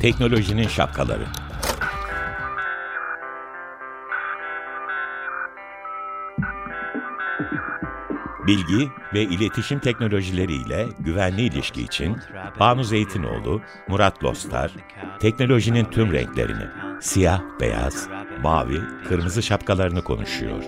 Teknolojinin şapkaları. Bilgi ve iletişim teknolojileriyle güvenli ilişki için Banu Zeytinoğlu, Murat Lostar, teknolojinin tüm renklerini, siyah, beyaz, mavi, kırmızı şapkalarını konuşuyor.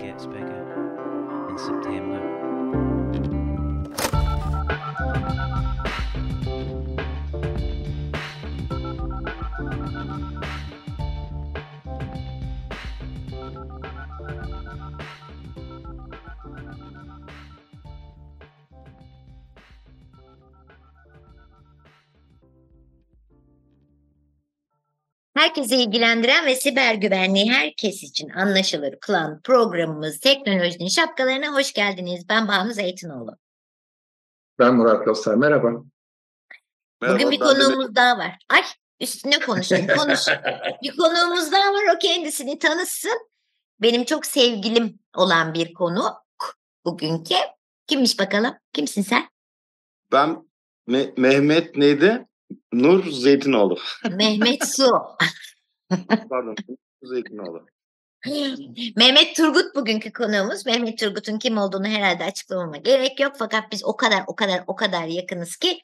Herkesi ilgilendiren ve siber güvenliği herkes için anlaşılır kılan programımız Teknolojinin Şapkalarına hoş geldiniz. Ben Banu Zeytinoğlu. Ben Murat Lostar. Merhaba. Bugün bir konuğumuz daha var. Ay üstüne konuşayım. Bir konuğumuz daha var. O kendisini tanısın. Benim çok sevgilim olan bir konuk bugünkü. Kimmiş bakalım? Kimsin sen? Ben Mehmet neydi? Nur Zeytinoğlu. Mehmet Su. Pardon, Zeytinoğlu. Mehmet Turgut bugünkü konuğumuz. Mehmet Turgut'un kim olduğunu herhalde açıklamama gerek yok. Fakat biz o kadar yakınız ki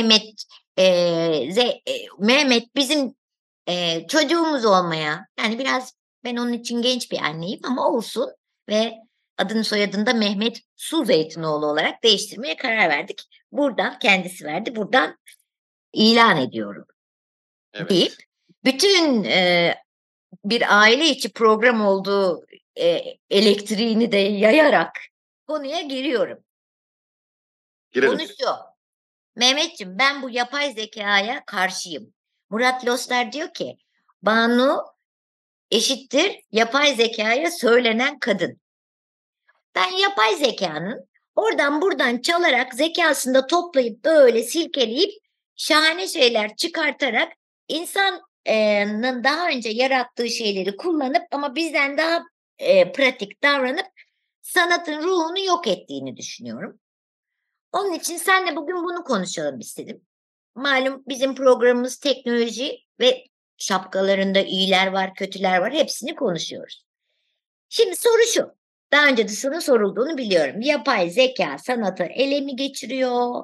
Mehmet bizim çocuğumuz olmaya, yani biraz ben onun için genç bir anneyim ama olsun ve adını soyadını da Mehmet Su Zeytinoğlu olarak değiştirmeye karar verdik. Buradan kendisi verdi. Buradan ilan ediyorum. Evet. Deyip bütün bir aile içi program olduğu elektriğini de yayarak konuya giriyorum. Girelim. Konu şu. Mehmetciğim, ben bu yapay zekaya karşıyım. Murat Lostar diyor ki Banu eşittir yapay zekaya söylenen kadın. Ben yapay zekanın oradan buradan çalarak zekasında toplayıp böyle silkeleyip şahane şeyler çıkartarak insanın daha önce yarattığı şeyleri kullanıp ama bizden daha pratik davranıp sanatın ruhunu yok ettiğini düşünüyorum. Onun için seninle bugün bunu konuşalım istedim. Malum bizim programımız teknoloji ve şapkalarında iyiler var, kötüler var. Hepsini konuşuyoruz. Şimdi soru şu. Daha önce de sana sorulduğunu biliyorum. Yapay zeka sanatı ele mi geçiriyor?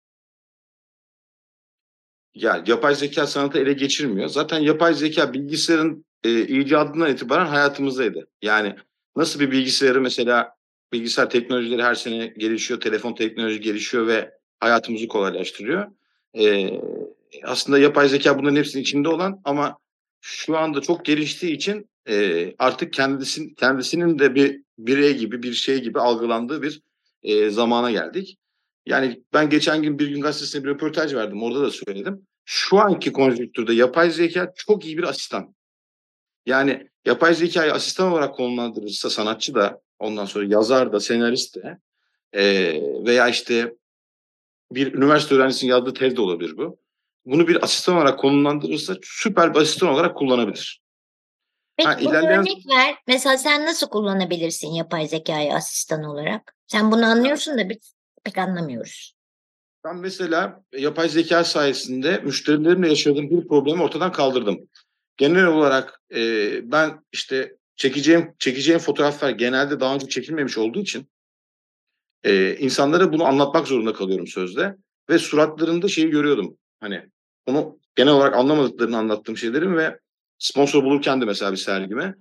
Yani yapay zeka sanatı ele geçirmiyor. Zaten yapay zeka bilgisayarın icadından itibaren hayatımızdaydı. Yani nasıl bir bilgisayarı mesela bilgisayar teknolojileri her sene gelişiyor, telefon teknoloji gelişiyor ve hayatımızı kolaylaştırıyor. Aslında yapay zeka bunların hepsinin içinde olan ama şu anda çok geliştiği için artık kendisinin de bir birey gibi, bir şey gibi algılandığı bir zamana geldik. Yani ben geçen gün Bir Gün Gazetesi'ne bir röportaj verdim. Orada da söyledim. Şu anki konjonktürde yapay zeka çok iyi bir asistan. Yani yapay zekayı asistan olarak konumlandırırsa sanatçı da, ondan sonra yazar da, senarist de veya işte bir üniversite öğrencisinin yazdığı tez de olabilir bu. Bunu bir asistan olarak konumlandırırsa süper bir asistan olarak kullanabilir. Peki bana örnek ver. Mesela sen nasıl kullanabilirsin yapay zekayı asistan olarak? Sen bunu anlıyorsun da biz pek anlamıyoruz. Ben mesela yapay zeka sayesinde müşterilerimle yaşadığım bir problemi ortadan kaldırdım. Genel olarak ben işte çekeceğim fotoğraflar genelde daha önce çekilmemiş olduğu için insanlara bunu anlatmak zorunda kalıyorum sözde. Ve suratlarında şeyi görüyordum. Hani onu genel olarak anlamadıklarını anlattığım şeylerin ve sponsor bulurken de mesela bir sergime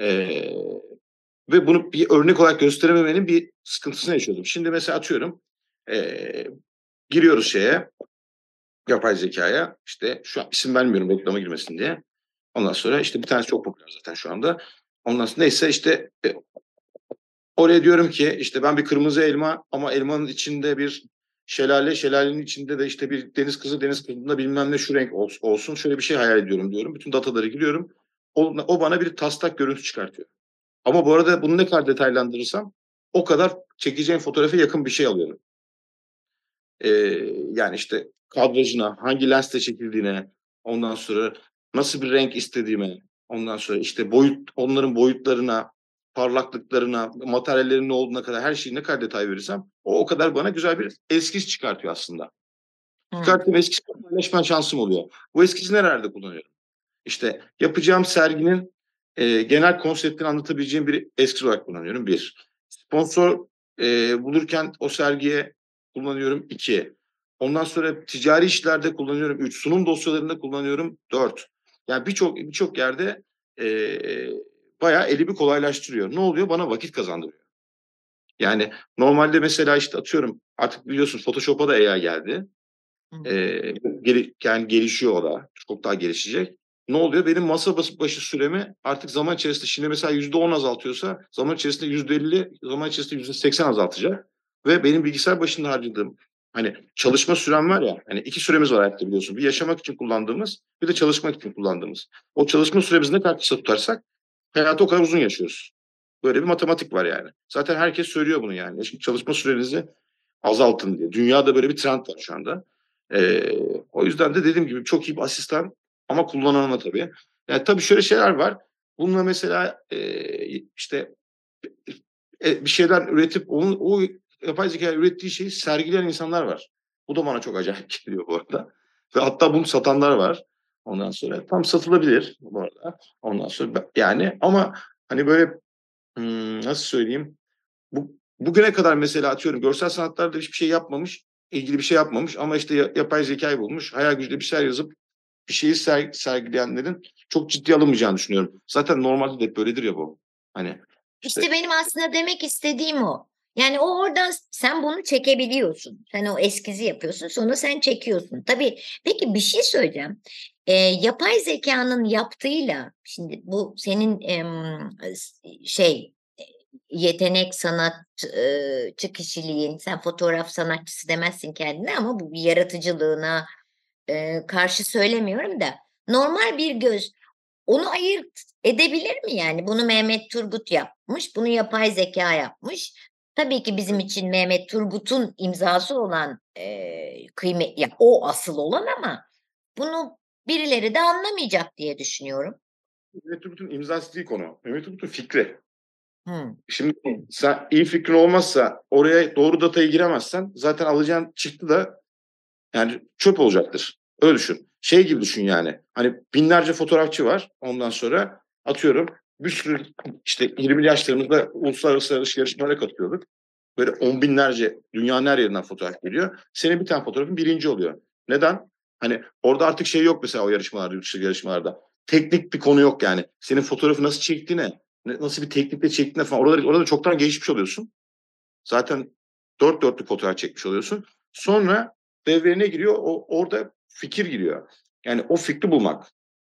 ve bunu bir örnek olarak gösterememenin bir sıkıntısını yaşıyordum. Şimdi mesela atıyorum giriyoruz yapay zekaya, işte şu an isim vermiyorum reklama girmesin diye. Ondan sonra işte bir tanesi çok popüler zaten şu anda. Ondan sonra neyse işte oraya diyorum ki işte ben bir kırmızı elma ama elmanın içinde bir şelalenin içinde de işte bir deniz kızında bilmem ne şu renk olsun. Şöyle bir şey hayal ediyorum diyorum. Bütün dataları giriyorum. O bana bir taslak görüntü çıkartıyor. Ama bu arada bunu ne kadar detaylandırırsam o kadar çekeceğim fotoğrafa yakın bir şey alıyorum. Yani işte kadrajına, hangi lensle çekildiğine, ondan sonra nasıl bir renk istediğime, ondan sonra işte onların boyutlarına, parlaklıklarına, materyallerin ne olduğuna kadar her şeyi ne kadar detay verirsem o kadar bana güzel bir eskiz çıkartıyor aslında. Hı. Çıkarttığım eskizleri paylaşma şansım oluyor. Bu eskizi nerelerde kullanıyorum? İşte yapacağım serginin genel konseptini anlatabileceğim bir eskiz olarak kullanıyorum. Bir. Sponsor bulurken o sergiye kullanıyorum. İki. Ondan sonra ticari işlerde kullanıyorum. Üç. Sunum dosyalarında kullanıyorum. Dört. Yani birçok yerde e, bayağı elimi kolaylaştırıyor. Ne oluyor? Bana vakit kazandırıyor. Yani normalde mesela işte atıyorum artık biliyorsun Photoshop'a da AI geldi. Hı. Yani gelişiyor o da. Çok daha gelişecek. Ne oluyor? Benim masa başı süremi artık zaman içerisinde şimdi mesela %10 azaltıyorsa zaman içerisinde %50, zaman içerisinde %80 azaltacak. Ve benim bilgisayar başında harcadığım hani çalışma sürem var ya hani iki süremiz var hayatta biliyorsun. Bir yaşamak için kullandığımız bir de çalışmak için kullandığımız. O çalışma süremizi ne kadar kısa tutarsak hayatı o kadar uzun yaşıyoruz. Böyle bir matematik var yani. Zaten herkes söylüyor bunu yani. Şimdi çalışma sürenizi azaltın diye. Dünyada böyle bir trend var şu anda. Ee, O yüzden de dediğim gibi çok iyi bir asistan ama kullanılma tabii. Yani tabii şöyle şeyler var. Bununla mesela işte bir şeyler üretip o yapay zeka ürettiği şeyi sergileyen insanlar var. Bu da bana çok acayip geliyor bu arada. Ve hatta bunu satanlar var. Ondan sonra tam satılabilir bu arada. Ondan sonra yani ama hani böyle nasıl söyleyeyim? Bugüne kadar mesela atıyorum görsel sanatlarda hiçbir şey yapmamış, ilgili bir şey yapmamış ama işte yapay zekayı bulmuş, hayal gücüyle bir şeyler yazıp bir şeyi sergileyenlerin çok ciddi alınmayacağını düşünüyorum. Zaten normalde de hep böyledir ya bu. Hani işte İşte benim aslında demek istediğim o. Yani o oradan sen bunu çekebiliyorsun. Sen o eskizi yapıyorsun, sonra sen çekiyorsun. Tabii. Peki bir şey söyleyeceğim. Yapay zekanın yaptığıyla şimdi bu senin şey yetenek sanatçı kişiliğin, sen fotoğraf sanatçısı demezsin kendine ama bu bir yaratıcılığına karşı söylemiyorum da normal bir göz onu ayırt edebilir mi yani? Bunu Mehmet Turgut yapmış, bunu yapay zeka yapmış. Tabii ki bizim için Mehmet Turgut'un imzası olan kıymet, ya o asıl olan ama bunu birileri de anlamayacak diye düşünüyorum. Mehmet Turgut'un imzası değil konu. Mehmet Turgut'un fikri. Hı. Şimdi sen iyi fikrin olmazsa oraya doğru datayı giremezsen zaten alacağın çıktı da yani çöp olacaktır. Öyle düşün. Şey gibi düşün yani. Hani binlerce fotoğrafçı var. Ondan sonra atıyorum bir sürü işte 20'li yaşlarımızda uluslararası yarışmalara katılıyorduk. Böyle on binlerce dünyanın her yerinden fotoğraf geliyor. Senin bir tane fotoğrafın birinci oluyor. Neden? Hani orada artık şey yok mesela o yarışmalarda, yurt dışı yarışmalarda. Teknik bir konu yok yani. Senin fotoğrafı nasıl çektiğine, nasıl bir teknikle çektiğine falan orada çoktan gelişmiş oluyorsun. Zaten dört dörtlük fotoğraf çekmiş oluyorsun. Sonra devreye ne giriyor? Orada fikir giriyor. Yani o fikri bulmak.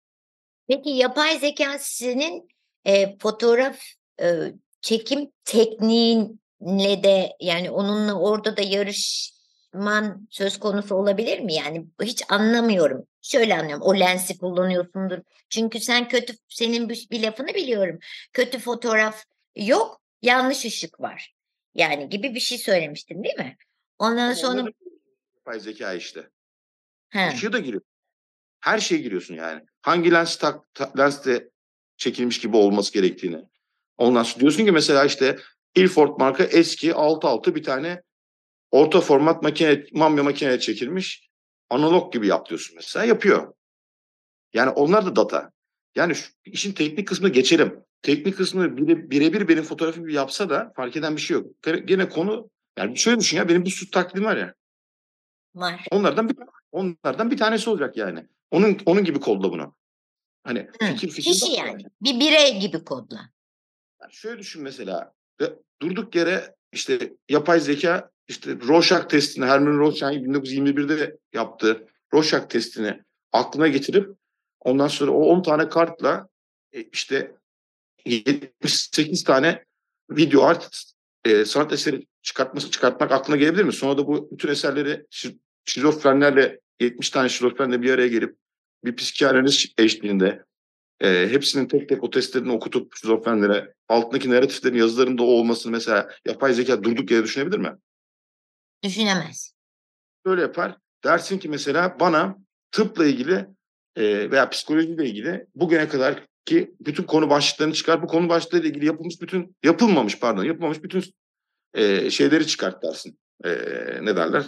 Peki yapay zeka senin fotoğraf çekim tekniğinle de yani onunla orada da yarışman söz konusu olabilir mi? Yani hiç anlamıyorum. Şöyle anlıyorum. O lensi kullanıyorsundur. Çünkü sen senin bir lafını biliyorum. Kötü fotoğraf yok, yanlış ışık var. Yani gibi bir şey söylemiştin, değil mi? Ondan Ama sonra onları yapay zeka işte. he, Işığı da giriyor. Her şeye giriyorsun yani. Hangi lensle çekilmiş gibi olması gerektiğini. Ondan sonra diyorsun ki mesela işte Ilford marka eski 6.6 bir tane orta format mumya makineye çekilmiş. Analog gibi yap diyorsun mesela. Yapıyor. Yani onlar da data. Yani işin teknik kısmına geçelim. Teknik kısmını birebir benim fotoğrafım gibi yapsa da fark eden bir şey yok. Gene konu yani şöyle düşün ya benim bir sürü taklidim var ya. var. Onlardan bir onlardan bir tanesi olacak yani. Onun gibi kodla bunu. Hani Hı, fikir kişi var yani. yani. Bir birey gibi kodla. Yani şöyle düşün mesela. Durduk yere işte yapay zeka işte Rorschach testini Hermann Rorschach 1921'de yaptığı Rorschach testini aklına getirip ondan sonra o 10 tane kartla işte 78 tane video art sanat eseri çıkartmak aklına gelebilir mi? Sonra da bu bütün eserleri şizofrenlerle 70 tane şizofrenle bir araya gelip bir psikiyatrist eşliğinde hepsinin tek tek o testlerini okutup şizofrenlere altındaki narratiflerin yazılarında o olmasını mesela yapay zeka durduk yere düşünebilir mi? Düşünemez. Böyle yapar. Dersin ki mesela bana tıpla ilgili veya psikolojiyle ilgili bugüne kadar ki bütün konu başlıklarını çıkar. Bu konu başlıklarıyla ilgili yapılmamış bütün şeyleri çıkart dersin. Ne derler?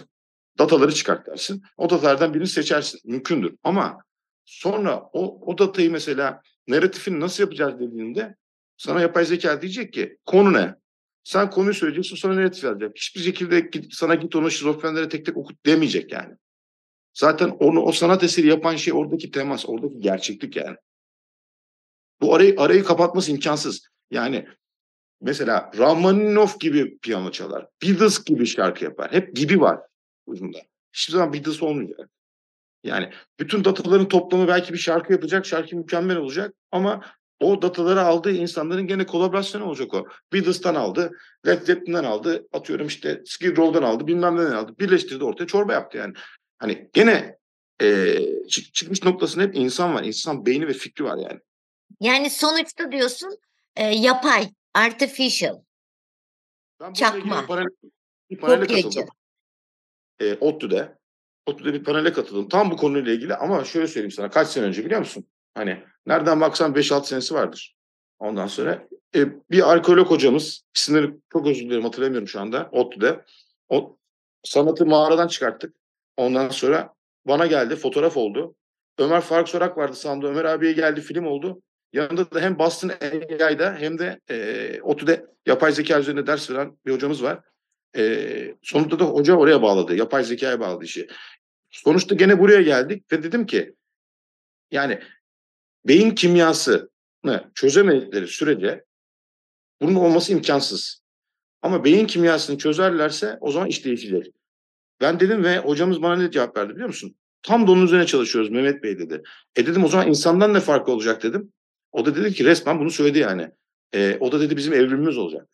Dataları çıkart dersin. O datalardan birini seçersin. Mümkündür. Ama sonra o datayı mesela narratifini nasıl yapacağız dediğinde sana yapay zeka diyecek ki konu ne? Sen konuyu söyleyeceksin, sonra narratif yazacak. Hiçbir şekilde sana git onu şizofrenlere tek tek okut demeyecek yani. Zaten o sanat eseri yapan şey oradaki temas, oradaki gerçeklik yani. Bu arayı kapatması imkansız. Yani mesela Rachmaninoff gibi piyano çalar. Beatles gibi şarkı yapar. Hep gibi var ucunda. Hiçbir zaman Beatles olmayacak. Yani bütün dataların toplamı belki bir şarkı yapacak. Şarkı mükemmel olacak. Ama o dataları aldığı insanların gene kolaborasyonu olacak o. Beatles'tan aldı, Led Zeppelin'den aldı, atıyorum işte Skid Row'dan aldı, bilmem neden aldı. Birleştirdi, ortaya çorba yaptı yani. Hani gene çıkmış noktasında hep insan var. İnsan beyni ve fikri var yani. Yani sonuçta diyorsun yapay, artificial, Ben bununla çakma, ilgili bir panele kopyacı. katıldım. ODTÜ'de. ODTÜ'de bir panele katıldım. Tam bu konuyla ilgili ama şöyle söyleyeyim sana. Kaç sene önce biliyor musun? Hani nereden baksan 5-6 senesi vardır. Ondan sonra bir arkeolog hocamız, isimleri çok özür dilerim hatırlamıyorum şu anda, ODTÜ'de. O sanatı mağaradan çıkarttık. Ondan sonra bana geldi, fotoğraf oldu. Ömer Faruk Sorak vardı sağımda. Ömer abiye geldi, film oldu. Yanında da hem Boston AI'da hem de ODTÜ'de yapay zeka üzerinde ders veren bir hocamız var. Sonunda da hoca oraya bağladı. Yapay zekaya bağladı işi. Sonuçta gene buraya geldik ve dedim ki yani beyin kimyasını çözemedikleri sürece bunun olması imkansız. Ama beyin kimyasını çözerlerse o zaman iş değişecek. Ben dedim ve hocamız bana ne cevap verdi biliyor musun? Tam da onun üzerine çalışıyoruz Mehmet Bey dedi. Dedim o zaman insandan ne farkı olacak dedim. O da dedi ki resmen bunu söyledi yani. O da dedi bizim evrimimiz olacak.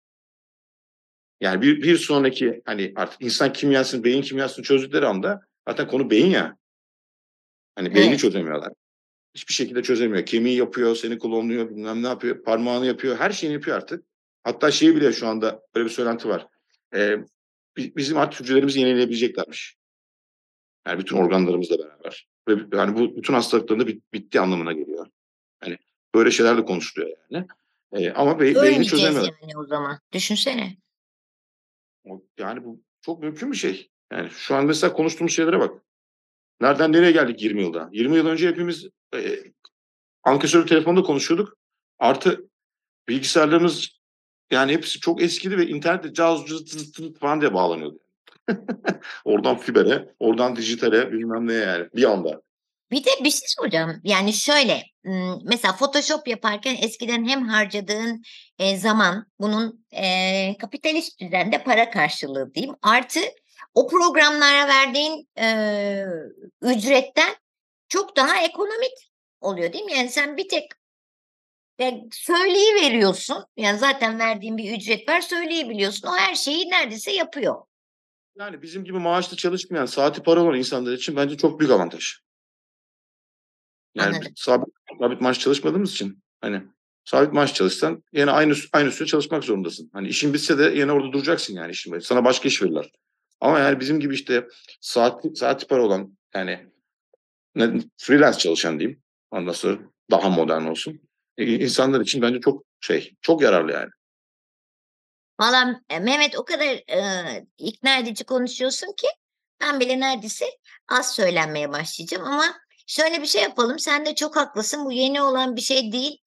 Yani bir sonraki hani artık insan kimyasını, beyin kimyasını çözdükleri anda zaten konu beyin ya. Hani beyni Evet. çözemiyorlar. Hiçbir şekilde çözemiyor. Kemiği yapıyor, seni klonluyor, bilmem ne yapıyor. Parmağını yapıyor, her şeyini yapıyor artık. Hatta şeyi bile şu anda böyle bir söylenti var. Bizim artık hücrelerimizi yenileyebileceklermiş. Yani bütün organlarımızla beraber. Ve yani bu bütün hastalıkların da bitti anlamına geliyor. Hani böyle şeyler de konuşuluyor yani. Ama beyni Ölmeyeceğiz çözemiyorlar. yani o zaman. Düşünsene. Yani bu çok mümkün bir şey. Yani şu an mesela konuştuğumuz şeylere bak. Nereden nereye geldik 20 yılda? 20 yıl önce hepimiz ankesörlü telefonda konuşuyorduk. Artı bilgisayarlarımız yani hepsi çok eskidi ve internette caz falan diye bağlanıyordu. Oradan fibere, oradan dijitale bilmem neye yani bir anda. Bir de bir şey soracağım. Yani şöyle mesela Photoshop yaparken eskiden hem harcadığın zaman bunun kapitalist düzende para karşılığı diyeyim. Artı o programlara verdiğin ücretten çok daha ekonomik oluyor değil mi? Yani sen bir tek söyleyiveriyorsun. Yani zaten verdiğin bir ücret var söyleyebiliyorsun. O her şeyi neredeyse yapıyor. Yani bizim gibi maaşlı çalışmayan, saati para olan insanlar için bence çok büyük avantaj. Yani Anladım. sabit maaş çalışmadığımız için hani sabit maaş çalışsan yine aynı süre çalışmak zorundasın. Hani işin bitse de yine orada duracaksın yani işin başında. Sana başka iş verirler. Ama yani bizim gibi işte saati para olan yani freelance çalışan diyeyim. Ondan sonra daha modern olsun. İnsanlar için bence çok yararlı yani. Valla Mehmet o kadar ikna edici konuşuyorsun ki ben bile neredeyse az söylenmeye başlayacağım ama şöyle bir şey yapalım. Sen de çok haklısın. Bu yeni olan bir şey değil.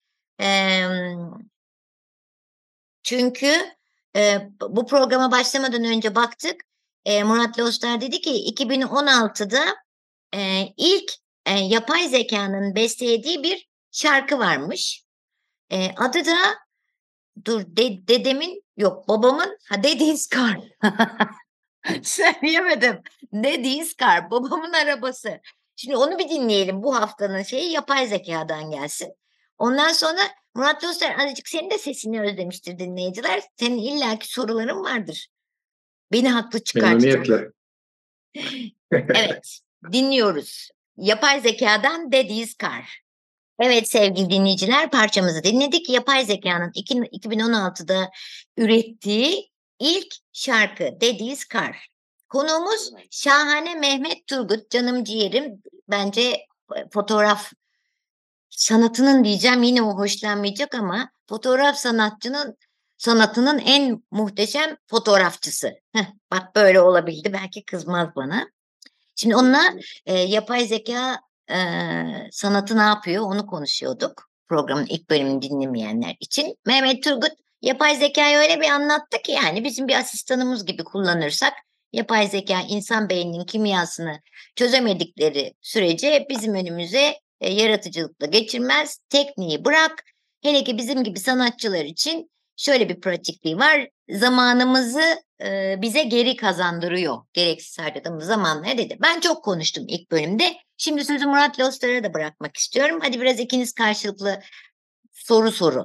Çünkü bu programa başlamadan önce baktık. Murat Lostar dedi ki 2016'da ilk yapay zekanın bestelediği bir şarkı varmış. Adı da dedemin yok babamın Daddy's Car. Söyleyemedim. Daddy's Car babamın arabası. Şimdi onu bir dinleyelim. Bu haftanın şeyi yapay zekadan gelsin. Ondan sonra Murat Dostlar azıcık senin de sesini özlemiştir dinleyiciler. Senin illaki soruların vardır. Beni haklı çıkartacak. Memnuniyetle. Evet, dinliyoruz. Yapay zekadan Daddy's Car. Evet sevgili dinleyiciler parçamızı dinledik. Yapay zekanın 2016'da ürettiği ilk şarkı Daddy's Car. Konuğumuz şahane Mehmet Turgut, canım ciğerim. Bence fotoğraf sanatının diyeceğim yine o hoşlanmayacak ama fotoğraf sanatçının sanatının en muhteşem fotoğrafçısı. Bak böyle olabildi. Belki kızmaz bana. Şimdi onunla yapay zeka sanatı ne yapıyor onu konuşuyorduk. Programın ilk bölümünü dinlemeyenler için. Mehmet Turgut yapay zekayı öyle bir anlattı ki yani bizim bir asistanımız gibi kullanırsak yapay zeka insan beyninin kimyasını çözemedikleri sürece bizim önümüze yaratıcılıkla geçirmez. Tekniği bırak. Hele ki bizim gibi sanatçılar için şöyle bir pratikliği var. Zamanımızı bize geri kazandırıyor. Gereksiz harcadığımız zamanları dedi. Ben çok konuştum ilk bölümde. Şimdi sözü Murat Lostar'a da bırakmak istiyorum. Hadi biraz ikiniz karşılıklı soru.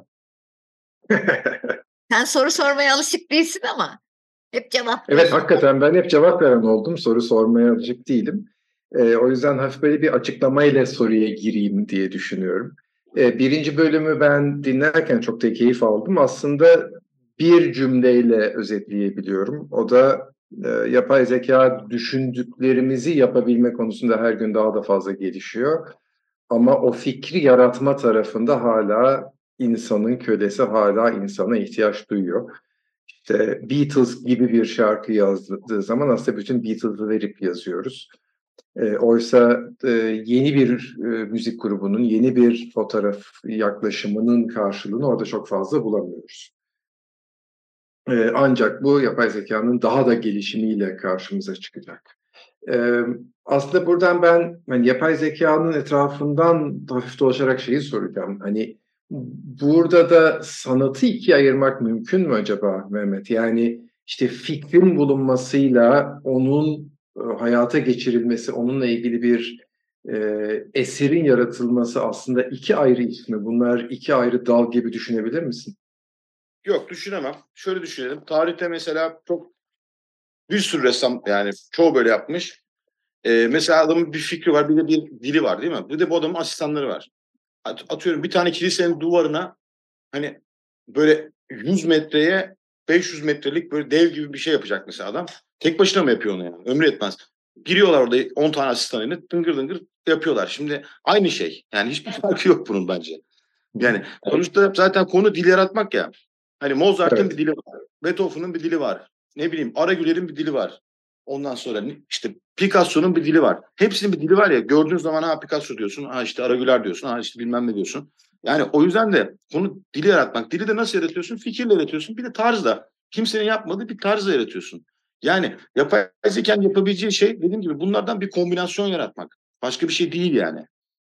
Sen soru sormaya alışık değilsin ama hep cevap. Evet, hakikaten ben hep cevap veren oldum. Soru sormaya alışık değilim. O yüzden hafif böyle bir açıklamayla soruya gireyim diye düşünüyorum. Birinci bölümü ben dinlerken çok da keyif aldım. Aslında bir cümleyle özetleyebiliyorum. O da yapay zeka düşündüklerimizi yapabilme konusunda her gün daha da fazla gelişiyor. Ama o fikri yaratma tarafında hala insanın kölesi, hala insana ihtiyaç duyuyor. İşte Beatles gibi bir şarkı yazdığı zaman aslında bütün Beatles'ı verip yazıyoruz. Oysa yeni bir müzik grubunun, yeni bir fotoğraf yaklaşımının karşılığını orada çok fazla bulamıyoruz. Ancak bu yapay zekanın daha da gelişimiyle karşımıza çıkacak. Aslında buradan ben hani yapay zekanın etrafından hafif dolaşarak şeyi soracağım. Hani burada da sanatı ikiye ayırmak mümkün mü acaba Mehmet? Yani işte fikrin bulunmasıyla onun hayata geçirilmesi, onunla ilgili bir eserin yaratılması aslında iki ayrı iş mi? Bunlar iki ayrı dal gibi düşünebilir misin? Yok, düşünemem. Şöyle düşünelim. Tarihte mesela çok bir sürü ressam, yani çoğu böyle yapmış. Mesela adamın bir fikri var, bir de bir dili var, değil mi? Bir de bu adamın asistanları var. Atıyorum bir tane kilisenin duvarına hani böyle 100 metreye 500 metrelik böyle dev gibi bir şey yapacak mesela adam. Tek başına mı yapıyor onu yani? Ömrü yetmez. Giriyorlar orada 10 tane asistanıyla dıngır dıngır yapıyorlar. Şimdi aynı şey. Yani hiçbir farkı yok bunun bence. Yani sonuçta zaten konu dil yaratmak ya. Hani Mozart'ın Evet. bir dili var. Beethoven'ın bir dili var. Ne bileyim Aragüler'in bir dili var. Ondan sonra işte Picasso'nun bir dili var. Hepsinin bir dili var ya. Gördüğün zaman ha Picasso diyorsun. Ha işte Aragüler diyorsun. Ha işte bilmem ne diyorsun. Yani o yüzden de konu dili yaratmak. Dili de nasıl yaratıyorsun? Fikirle yaratıyorsun. Bir de tarzla. Kimsenin yapmadığı bir tarzla yaratıyorsun. Yani yapay zekanın yapabileceği şey dediğim gibi bunlardan bir kombinasyon yaratmak. Başka bir şey değil yani.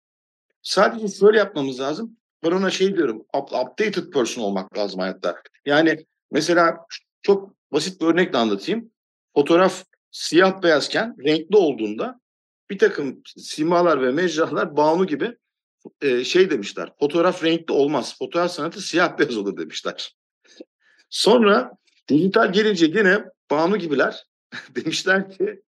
Sadece şöyle yapmamız lazım. Ben ona şey diyorum, updated person olmak lazım hayatta. Yani mesela çok basit bir örnekle anlatayım. Fotoğraf siyah beyazken renkli olduğunda bir takım simalar ve mecralar Banu gibi şey demişler. Fotoğraf renkli olmaz. Fotoğraf sanatı siyah beyaz olur demişler. Sonra dijital gelince gene Banu gibiler demişler ki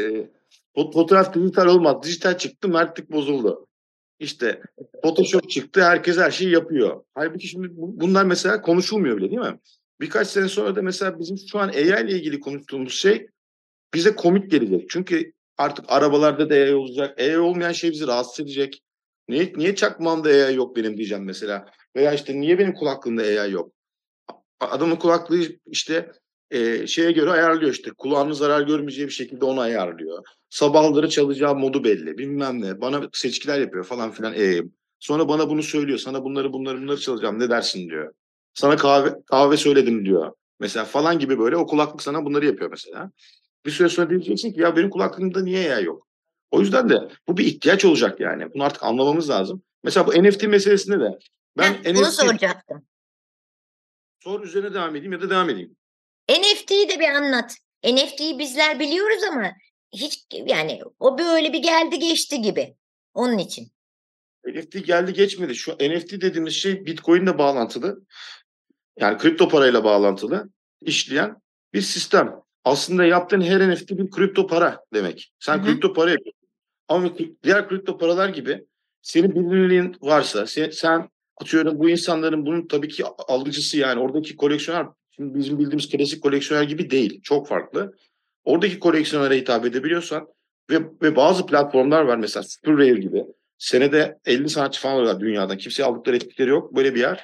fotoğraf dijital olmaz. Dijital çıktı, mertlik bozuldu. İşte Photoshop çıktı, herkes her şeyi yapıyor. Halbuki şimdi bunlar mesela konuşulmuyor bile, değil mi? Birkaç sene sonra da mesela bizim şu an AI ile ilgili konuştuğumuz şey bize komik gelecek. Çünkü artık arabalarda da AI olacak. AI olmayan şey bizi rahatsız edecek. Niye çakmağımda AI yok benim diyeceğim mesela. Veya işte niye benim kulaklığımda AI yok? Adamın kulaklığı işte şeye göre ayarlıyor işte. Kulağının zarar görmeyeceği bir şekilde onu ayarlıyor. Sabahları çalacağı modu belli. Bilmem ne. Bana seçkiler yapıyor falan filan. Sonra bana bunu söylüyor. Sana bunları çalacağım. Ne dersin diyor. Sana kahve söyledim diyor. Mesela falan gibi böyle o kulaklık sana bunları yapıyor mesela. Bir süre sonra diyeceksin ki ya benim kulaklığımda niye ya yok? O yüzden de bu bir ihtiyaç olacak yani. Bunu artık anlamamız lazım. Mesela bu NFT meselesinde de ben Bunu NFT soracaktım. sor üzerine devam edeyim ya da devam edeyim. NFT'yi de bir anlat. NFT'yi bizler biliyoruz ama hiç yani o böyle bir geldi geçti gibi. Onun için. NFT geldi geçmedi. Şu NFT dediğimiz şey Bitcoin'le bağlantılı. Yani kripto parayla bağlantılı işleyen bir sistem. Aslında yaptığın her NFT bir kripto para demek. Sen kripto para yapıyorsun. Ama diğer kripto paralar gibi senin bilinirliğin varsa sen atıyorum bu insanların bunun tabii ki alıcısı yani oradaki koleksiyoner şimdi bizim bildiğimiz klasik koleksiyoner gibi değil. Çok farklı. Oradaki koleksiyonere hitap edebiliyorsan ve bazı platformlar var mesela Super Rare gibi. Senede 50 sanatçı falan var dünyadan. Kimseye aldıkları ettikleri yok. Böyle bir yer.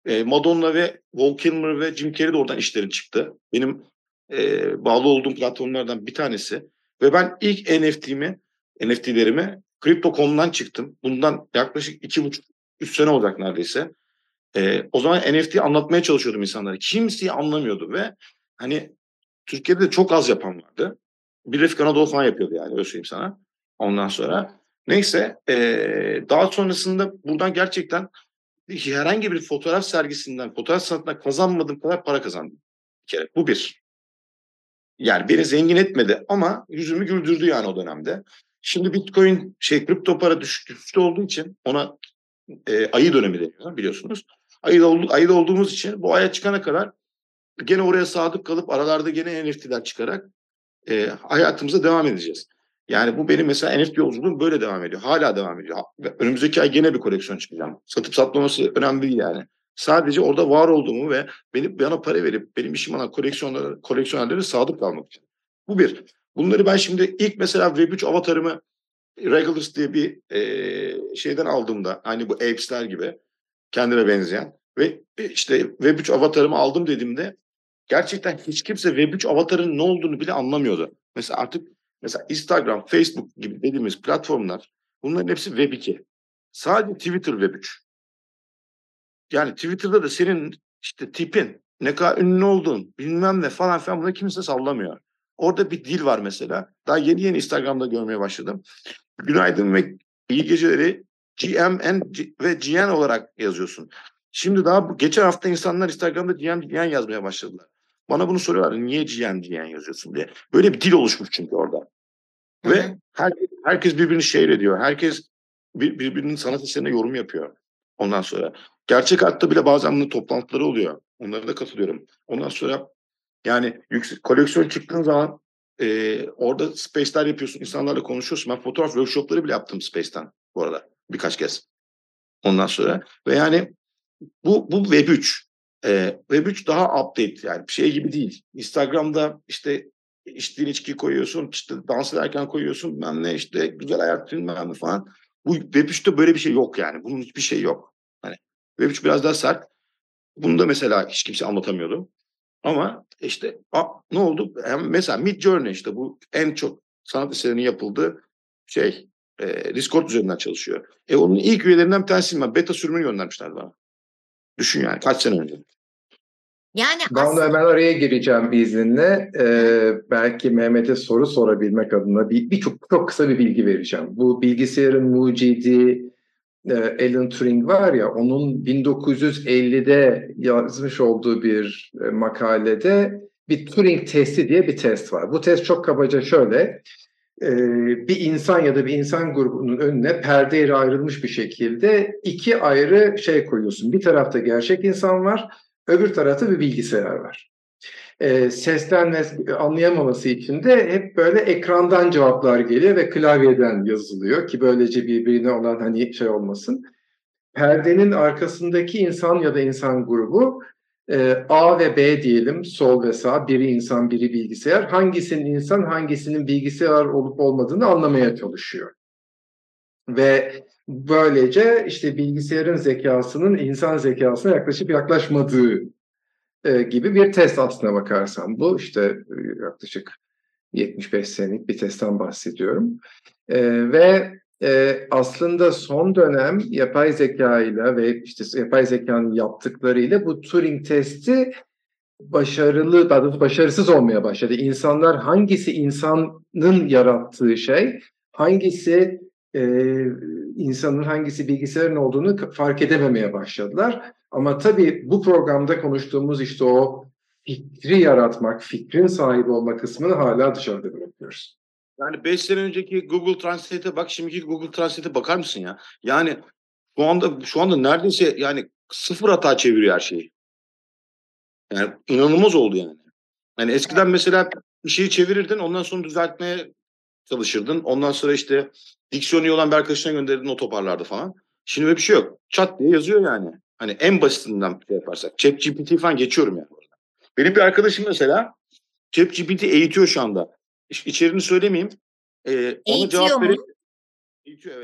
Madonna ve Val Kilmer ve Jim Carrey de oradan işlerin çıktı. Benim bağlı olduğum platformlardan bir tanesi. Ve ben ilk NFT'lerimi Crypto.com'dan çıktım. Bundan yaklaşık 2,5-3 sene olacak neredeyse. O zaman NFT anlatmaya çalışıyordum insanlara. Kimseyi anlamıyordu ve hani Türkiye'de de çok az yapan vardı. Bir Refik Anadolu falan yapıyordu yani, öyle söyleyeyim sana. Ondan sonra neyse, daha sonrasında buradan gerçekten herhangi bir fotoğraf sergisinden, fotoğraf sanatından kazanmadığım kadar para kazandım. Bir kere. Bu bir. Yani beni zengin etmedi ama yüzümü güldürdü yani o dönemde. Şimdi Bitcoin kripto para düşüşte olduğu için ona ayı dönemi deniyor biliyorsunuz. Ayda olduğumuz için bu aya çıkana kadar gene oraya sadık kalıp aralarda gene NFT'ler çıkarak hayatımıza devam edeceğiz. Yani bu benim mesela NFT yolculuğum böyle devam ediyor. Hala devam ediyor. Önümüzdeki ay gene bir koleksiyon çıkacağım. Satıp satmaması önemli değil yani. Sadece orada var olduğumu ve bana para verip benim işim olan koleksiyonerlere sadık kalmak için. Bu bir. Bunları ben şimdi ilk mesela Web3 avatarımı Regulars diye bir şeyden aldığımda, hani bu Apes'ler gibi kendine benzeyen ve işte Web3 avatarımı aldım dediğimde gerçekten hiç kimse Web3 avatarının ne olduğunu bile anlamıyordu. Mesela artık Instagram, Facebook gibi dediğimiz platformlar, bunların hepsi Web2. Sadece Twitter Web3. Yani Twitter'da da senin işte tipin, ne kadar ünlü olduğun, bilmem ne falan filan, bunları kimse sallamıyor. Orada bir dil var mesela. Daha yeni Instagram'da görmeye başladım. Günaydın ve iyi geceleri GMN ve GN olarak yazıyorsun. Şimdi daha geçen hafta insanlar Instagram'da GN yazmaya başladılar. Bana bunu soruyorlar. Niye GN yazıyorsun diye. Böyle bir dil oluşmuş çünkü orada. Ve herkes birbirini ediyor. Herkes birbirinin sanat eserine yorum yapıyor. Ondan sonra gerçek hayatta bile bazen bunun toplantıları oluyor. Onlara da katılıyorum. Ondan sonra yani koleksiyon çıktığın zaman orada space'ler yapıyorsun, insanlarla konuşuyorsun. Ben fotoğraf workshopları bile yaptım space'ten bu arada birkaç kez. Ondan sonra ve yani bu Web3. Web3 daha update, yani bir şey gibi değil. Instagram'da işte içtiğin içkiyi koyuyorsun, işte dans ederken koyuyorsun, bilmem ne, işte güzel hayat bilmem ne falan. Bu Web3'te böyle bir şey yok yani. Bunun hiçbir şey yok. Hani Web3 biraz daha sert. Bunu da mesela hiç kimse anlatamıyordu. Ama işte ne oldu? Mesela Midjourney, işte bu en çok sanat eserinin yapıldığı Discord üzerinden çalışıyor. Onun ilk üyelerinden bir tanesiyim ben. Beta sürümünü göndermişler bana. Düşün yani, kaç sene önce. Yani Ben de hemen araya gireceğim izninle. Belki Mehmet'e soru sorabilmek adına çok kısa bir bilgi vereceğim. Bu bilgisayarın mucidi Alan Turing var ya, onun 1950'de yazmış olduğu bir makalede bir Turing testi diye bir test var. Bu test çok kabaca şöyle: bir insan ya da bir insan grubunun önüne perdeyle ayrılmış bir şekilde iki ayrı şey koyuyorsun. Bir tarafta gerçek insan var, öbür tarafta bir bilgisayar var. Sesten anlayamaması için de hep böyle ekrandan cevaplar geliyor ve klavyeden yazılıyor ki böylece birbirine olan hani şey olmasın. Perdenin arkasındaki insan ya da insan grubu A ve B diyelim, sol ve sağ, biri insan biri bilgisayar, hangisinin insan hangisinin bilgisayar olup olmadığını anlamaya çalışıyor. Ve böylece işte bilgisayarın zekasının insan zekasına yaklaşmadığı gibi bir test aslına bakarsan. Bu işte yaklaşık 75 senelik bir testten bahsediyorum. Ve aslında son dönem yapay zeka ile ve işte yapay zekanın yaptıklarıyla bu Turing testi başarısız olmaya başladı. İnsanlar, hangisi insanın yarattığı şey, hangisi insanın, hangisi bilgisayarın olduğunu fark edememeye başladılar. Ama tabii bu programda konuştuğumuz işte o fikri yaratmak, fikrin sahibi olma kısmını hala dışarıda bırakıyoruz. Yani 5 sene önceki Google Translate'e bak, şimdiki Google Translate'e bakar mısın ya? Yani şu anda neredeyse yani sıfır hata çeviriyor her şeyi. Yani inanılmaz oldu yani. Yani eskiden mesela bir şeyi çevirirdin, ondan sonra düzeltmeye çalışırdın. Ondan sonra işte diksiyonu iyi olan bir arkadaşına gönderirdin, o toparlardı falan. Şimdi böyle bir şey yok. Çat diye yazıyor yani. Hani en basitinden bir şey yaparsak. ChatGPT falan geçiyorum yani. Benim bir arkadaşım mesela ChatGPT eğitiyor şu anda. İçeriğini söylemeyeyim. Ona eğitiyor cevap mu? Eğitiyor, evet.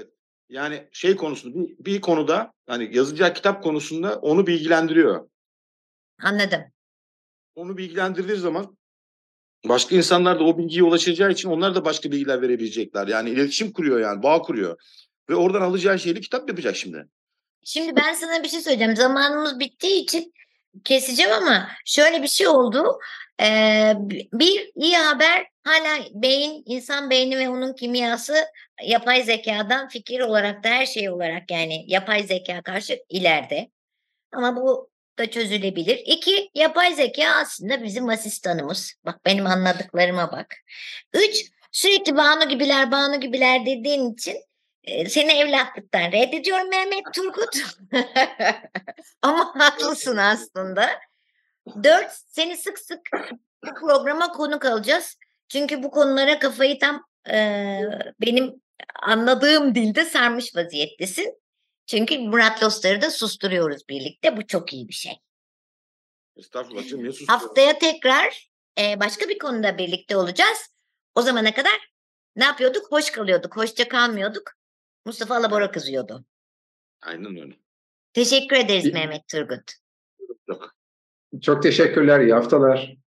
Yani şey konusunda bir konuda hani yazacağı kitap konusunda onu bilgilendiriyor. Anladım. Onu bilgilendirdiği zaman başka insanlar da o bilgiye ulaşacağı için onlar da başka bilgiler verebilecekler. Yani iletişim kuruyor, yani bağ kuruyor. Ve oradan alacağı şeyle kitap yapacak şimdi. Şimdi ben sana bir şey söyleyeceğim. Zamanımız bittiği için keseceğim ama şöyle bir şey oldu. Bir iyi haber, hala insan beyni ve onun kimyası yapay zekadan fikir olarak da her şey olarak, yani yapay zeka karşı ileride. Ama bu da çözülebilir. İki, yapay zeka aslında bizim asistanımız. Bak benim anladıklarıma bak. Üç, sürekli Banu gibiler dediğin için seni evlatlıktan reddediyorum Mehmet Turgut. Ama haklısın aslında. Dört, seni sık sık bu programa konuk alacağız. Çünkü bu konulara kafayı tam benim anladığım dilde sarmış vaziyettesin. Çünkü Murat Lostar'ı da susturuyoruz birlikte. Bu çok iyi bir şey. Estağfurullah canım, niye susturuyor? Haftaya tekrar başka bir konuda birlikte olacağız. O zamana kadar ne yapıyorduk? Hoş kalıyorduk, hoşça kalmıyorduk. Mustafa Alabora kızıyordu. Aynen öyle. Teşekkür ederiz Mehmet Turgut. Yok. Çok teşekkürler. İyi haftalar.